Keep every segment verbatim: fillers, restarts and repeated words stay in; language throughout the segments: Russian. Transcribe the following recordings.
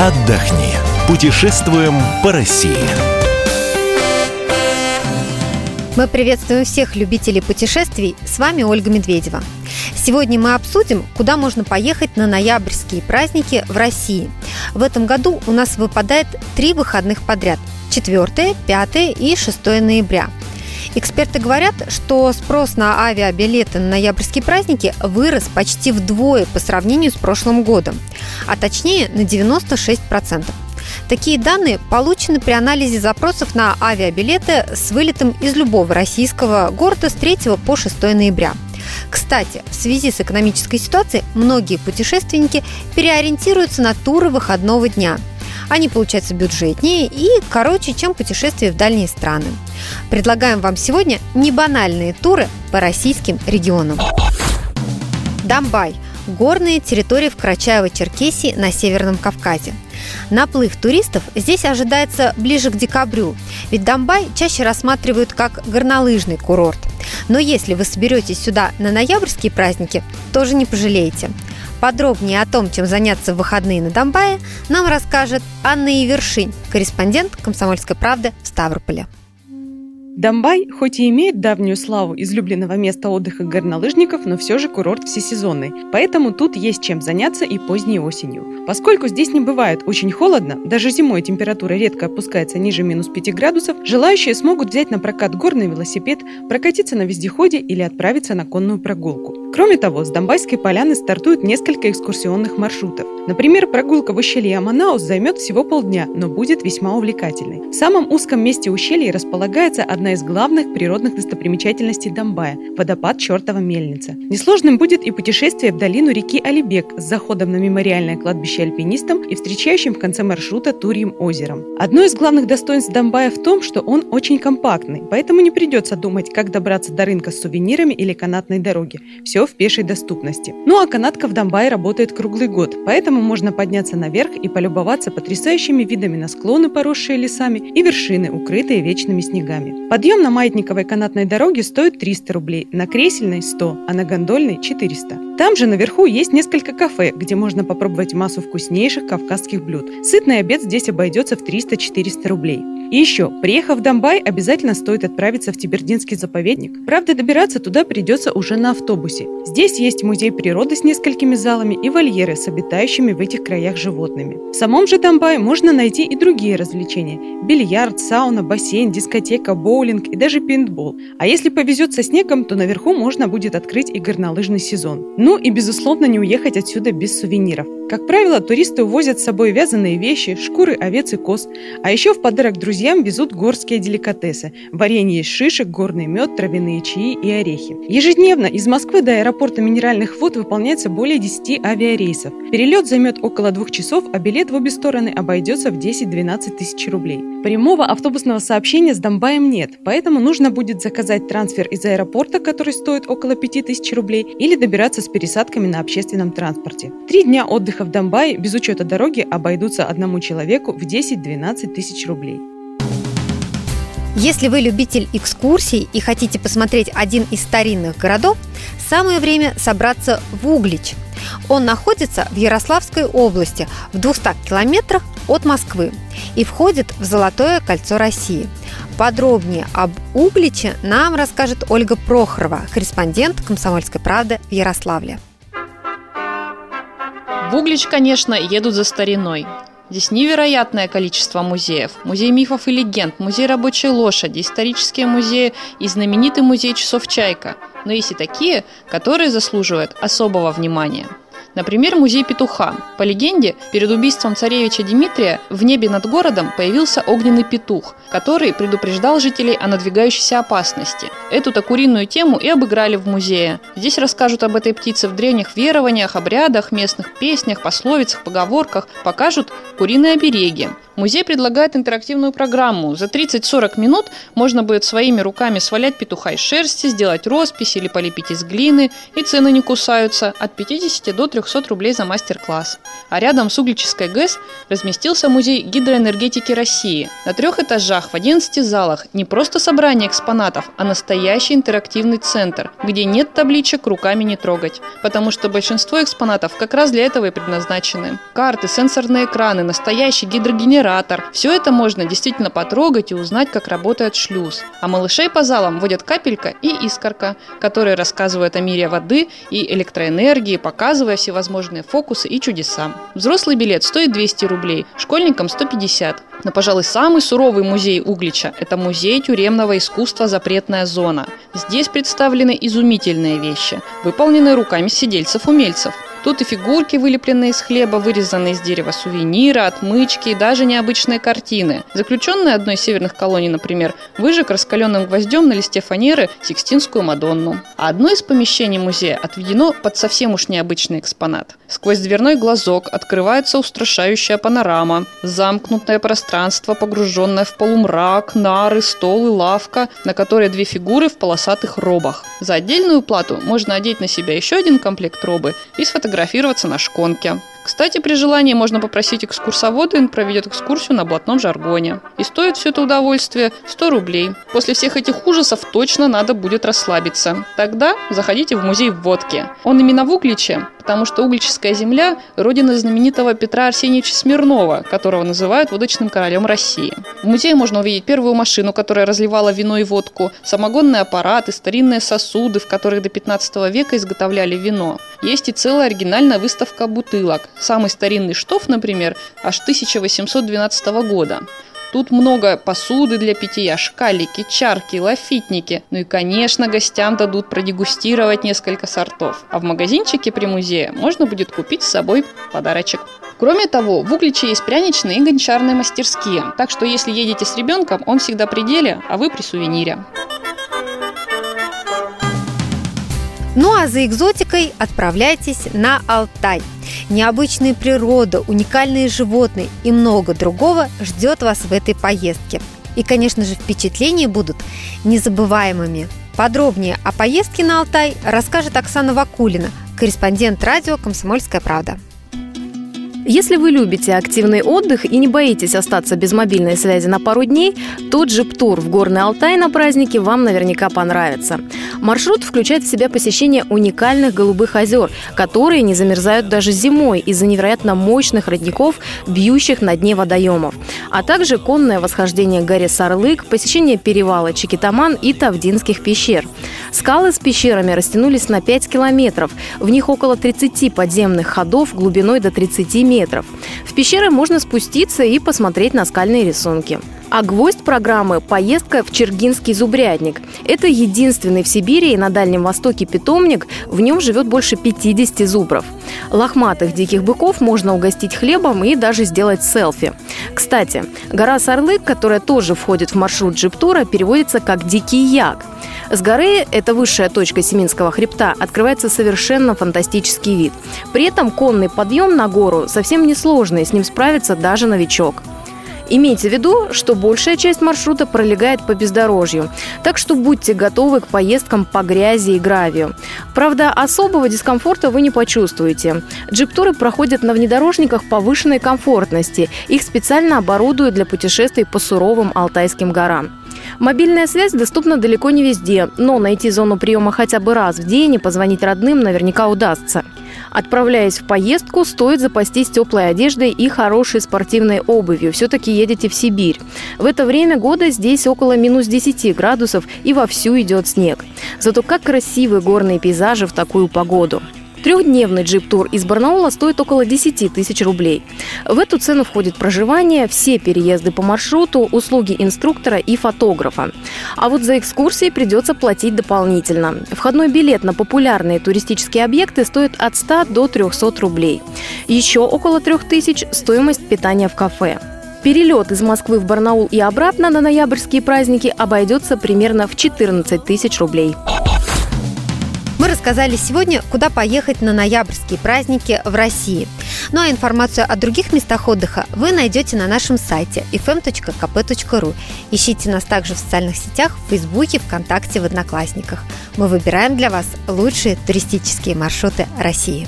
отдохни. Путешествуем по России. Мы приветствуем всех любителей путешествий. С вами Ольга Медведева. Сегодня мы обсудим, куда можно поехать на ноябрьские праздники в России. В этом году у нас выпадает три выходных подряд – четвёртое, пятое и шестое ноября. Эксперты говорят, что спрос на авиабилеты на ноябрьские праздники вырос почти вдвое по сравнению с прошлым годом, а точнее на девяносто шесть процентов. Такие данные получены при анализе запросов на авиабилеты с вылетом из любого российского города с третьего по шестое ноября. Кстати, в связи с экономической ситуацией многие путешественники переориентируются на туры выходного дня. Они получаются бюджетнее и короче, чем путешествия в дальние страны. Предлагаем вам сегодня небанальные туры по российским регионам. Донбай – горная территория в Карачаево-Черкесии на Северном Кавказе. Наплыв туристов здесь ожидается ближе к декабрю, ведь Донбай чаще рассматривают как горнолыжный курорт. Но если вы соберетесь сюда на ноябрьские праздники, тоже не пожалеете. Подробнее о том, чем заняться в выходные на Донбайе, нам расскажет Анна Ивершинь, корреспондент «Комсомольской правды» в Ставрополе. Донбай, хоть и имеет давнюю славу излюбленного места отдыха горнолыжников, но все же курорт всесезонный, поэтому тут есть чем заняться и поздней осенью. Поскольку здесь не бывает очень холодно, даже зимой температура редко опускается ниже минус пяти градусов, желающие смогут взять на прокат горный велосипед, прокатиться на вездеходе или отправиться на конную прогулку. Кроме того, с Донбайской поляны стартуют несколько экскурсионных маршрутов. Например, прогулка в ущелье Аманаус займет всего полдня, но будет весьма увлекательной. В самом узком месте ущелья располагается одна из главных природных достопримечательностей Донбая – водопад Чертова мельница. Несложным будет и путешествие в долину реки Алибек с заходом на мемориальное кладбище альпинистам и встречающим в конце маршрута Турьим озером. Одно из главных достоинств Донбая в том, что он очень компактный, поэтому не придется думать, как добраться до рынка с сувенирами или канатной дороги. Все в пешей доступности. Ну а канатка в Донбае работает круглый год, поэтому можно подняться наверх и полюбоваться потрясающими видами на склоны, поросшие лесами, и вершины, укрытые вечными снегами. Подъем на маятниковой канатной дороге стоит триста рублей, на кресельной – сто, а на гондольной – четыреста. Там же наверху есть несколько кафе, где можно попробовать массу вкуснейших кавказских блюд. Сытный обед здесь обойдется в триста-четыреста рублей. И еще, приехав в Донбай, обязательно стоит отправиться в Тибердинский заповедник. Правда, добираться туда придется уже на автобусе. Здесь есть музей природы с несколькими залами и вольеры с обитающими в этих краях животными. В самом же Донбае можно найти и другие развлечения – бильярд, сауна, бассейн, дискотека, боулинг и даже пейнтбол. А если повезет со снегом, то наверху можно будет открыть и горнолыжный сезон. Ну и, безусловно, не уехать отсюда без сувениров. Как правило, туристы увозят с собой вязаные вещи, шкуры овец и коз, а еще в подарок друзьям везут горские деликатесы – варенье из шишек, горный мед, травяные чаи и орехи. Ежедневно из Москвы до аэропорта Минеральных вод выполняется более десяти авиарейсов. Перелет займет около двух часов, а билет в обе стороны обойдется в десять-двенадцать тысяч рублей. Прямого автобусного сообщения с Донбаем нет, поэтому нужно будет заказать трансфер из аэропорта, который стоит около пяти тысяч рублей, или добираться с пересадками на общественном транспорте. Три дня отдыха в Донбайе без учета дороги обойдутся одному человеку в десять-двенадцать тысяч рублей. Если вы любитель экскурсий и хотите посмотреть один из старинных городов, самое время собраться в Углич. Он находится в Ярославской области в двухстах километрах от Москвы и входит в Золотое кольцо России. Подробнее об Угличе нам расскажет Ольга Прохорова, корреспондент «Комсомольской правды» в Ярославле. В Углич, конечно, едут за стариной. Здесь невероятное количество музеев. Музей мифов и легенд, музей рабочей лошади, исторические музеи и знаменитый музей часов «Чайка». Но есть и такие, которые заслуживают особого внимания. Например, музей петуха. По легенде, перед убийством царевича Дмитрия в небе над городом появился огненный петух, который предупреждал жителей о надвигающейся опасности. Эту-то куриную тему и обыграли в музее. Здесь расскажут об этой птице в древних верованиях, обрядах, местных песнях, пословицах, поговорках, покажут куриные обереги. Музей предлагает интерактивную программу. За тридцать-сорок минут можно будет своими руками свалять петуха из шерсти, сделать роспись или полепить из глины, и цены не кусаются – от пятидесяти до трехсот рублей за мастер-класс. А рядом с Угличской ГЭС разместился музей гидроэнергетики России. На трех этажах в одиннадцати залах не просто собрание экспонатов, а настоящий интерактивный центр, где нет табличек «руками не трогать», потому что большинство экспонатов как раз для этого и предназначены. Карты, сенсорные экраны, настоящий гидрогенератор – все это можно действительно потрогать и узнать, как работает шлюз. А малышей по залам водят Капелька и Искорка, которые рассказывают о мире воды и электроэнергии, показывая всевозможные фокусы и чудеса. Взрослый билет стоит двести рублей, школьникам сто пятьдесят. Но, пожалуй, самый суровый музей Углича – это музей тюремного искусства «Запретная зона». Здесь представлены изумительные вещи, выполненные руками сидельцев-умельцев. Тут и фигурки, вылепленные из хлеба, вырезанные из дерева сувениры, отмычки и даже необычные картины. Заключенный одной из северных колоний, например, выжег раскаленным гвоздем на листе фанеры Сикстинскую Мадонну. А одно из помещений музея отведено под совсем уж необычный экспонат. Сквозь дверной глазок открывается устрашающая панорама, замкнутое пространство, погруженное в полумрак, нары, стол и лавка, на которой две фигуры в полосатых робах. За отдельную плату можно одеть на себя еще один комплект робы и сфотографировать фотографироваться на шконке. Кстати, при желании можно попросить экскурсовода, и он проведет экскурсию на блатном жаргоне. И стоит все это удовольствие сто рублей. После всех этих ужасов точно надо будет расслабиться. Тогда заходите в музей водки. Он именно в Угличе, потому что Угличская земля – родина знаменитого Петра Арсеньевича Смирнова, которого называют водочным королем России. В музее можно увидеть первую машину, которая разливала вино и водку, самогонные аппараты, старинные сосуды, в которых до пятнадцатого века изготовляли вино. Есть и целая оригинальная выставка бутылок. Самый старинный штоф, например, аж тысяча восемьсот двенадцатого года. Тут много посуды для питья, шкалики, чарки, лафитники. Ну и, конечно, гостям дадут продегустировать несколько сортов. А в магазинчике при музее можно будет купить с собой подарочек. Кроме того, в Угличе есть пряничные и гончарные мастерские. Так что, если едете с ребенком, он всегда при деле, а вы при сувенире. Ну а за экзотикой отправляйтесь на Алтай. Необычная природа, уникальные животные и много другого ждет вас в этой поездке. И, конечно же, впечатления будут незабываемыми. Подробнее о поездке на Алтай расскажет Оксана Вакулина, корреспондент радио «Комсомольская правда». Если вы любите активный отдых и не боитесь остаться без мобильной связи на пару дней, то джип-тур в Горный Алтай на празднике вам наверняка понравится. Маршрут включает в себя посещение уникальных голубых озер, которые не замерзают даже зимой из-за невероятно мощных родников, бьющих на дне водоемов, а также конное восхождение к горе Сарлык, посещение перевала Чикитаман и Тавдинских пещер. Скалы с пещерами растянулись на пять километров, в них около тридцати подземных ходов глубиной до тридцати метров. метров. В пещеры можно спуститься и посмотреть на скальные рисунки. А гвоздь программы – поездка в Чергинский зубрядник. Это единственный в Сибири и на Дальнем Востоке питомник, в нем живет больше пятидесяти зубров. Лохматых диких быков можно угостить хлебом и даже сделать селфи. Кстати, гора Сарлык, которая тоже входит в маршрут джип-тура, переводится как «дикий як». С горы, это высшая точка Семинского хребта, открывается совершенно фантастический вид. При этом конный подъем на гору совсем несложный, с ним справится даже новичок. Имейте в виду, что большая часть маршрута пролегает по бездорожью, так что будьте готовы к поездкам по грязи и гравию. Правда, особого дискомфорта вы не почувствуете. Джип-туры проходят на внедорожниках повышенной комфортности. Их специально оборудуют для путешествий по суровым Алтайским горам. Мобильная связь доступна далеко не везде, но найти зону приема хотя бы раз в день и позвонить родным наверняка удастся. Отправляясь в поездку, стоит запастись теплой одеждой и хорошей спортивной обувью. Все-таки едете в Сибирь. В это время года здесь около минус десяти градусов и вовсю идет снег. Зато как красивы горные пейзажи в такую погоду. Трехдневный джип-тур из Барнаула стоит около десяти тысяч рублей. В эту цену входит проживание, все переезды по маршруту, услуги инструктора и фотографа. А вот за экскурсии придется платить дополнительно. Входной билет на популярные туристические объекты стоит от ста до трехсот рублей. Еще около трех тысяч – стоимость питания в кафе. Перелет из Москвы в Барнаул и обратно на ноябрьские праздники обойдется примерно в четырнадцать тысяч рублей. Мы рассказали сегодня, куда поехать на ноябрьские праздники в России. Ну а информацию о других местах отдыха вы найдете на нашем сайте эф эм точка ка пэ точка ру. Ищите нас также в социальных сетях, в Фейсбуке, ВКонтакте, в Одноклассниках. Мы выбираем для вас лучшие туристические маршруты России.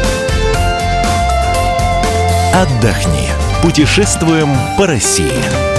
Отдохни. Путешествуем по России.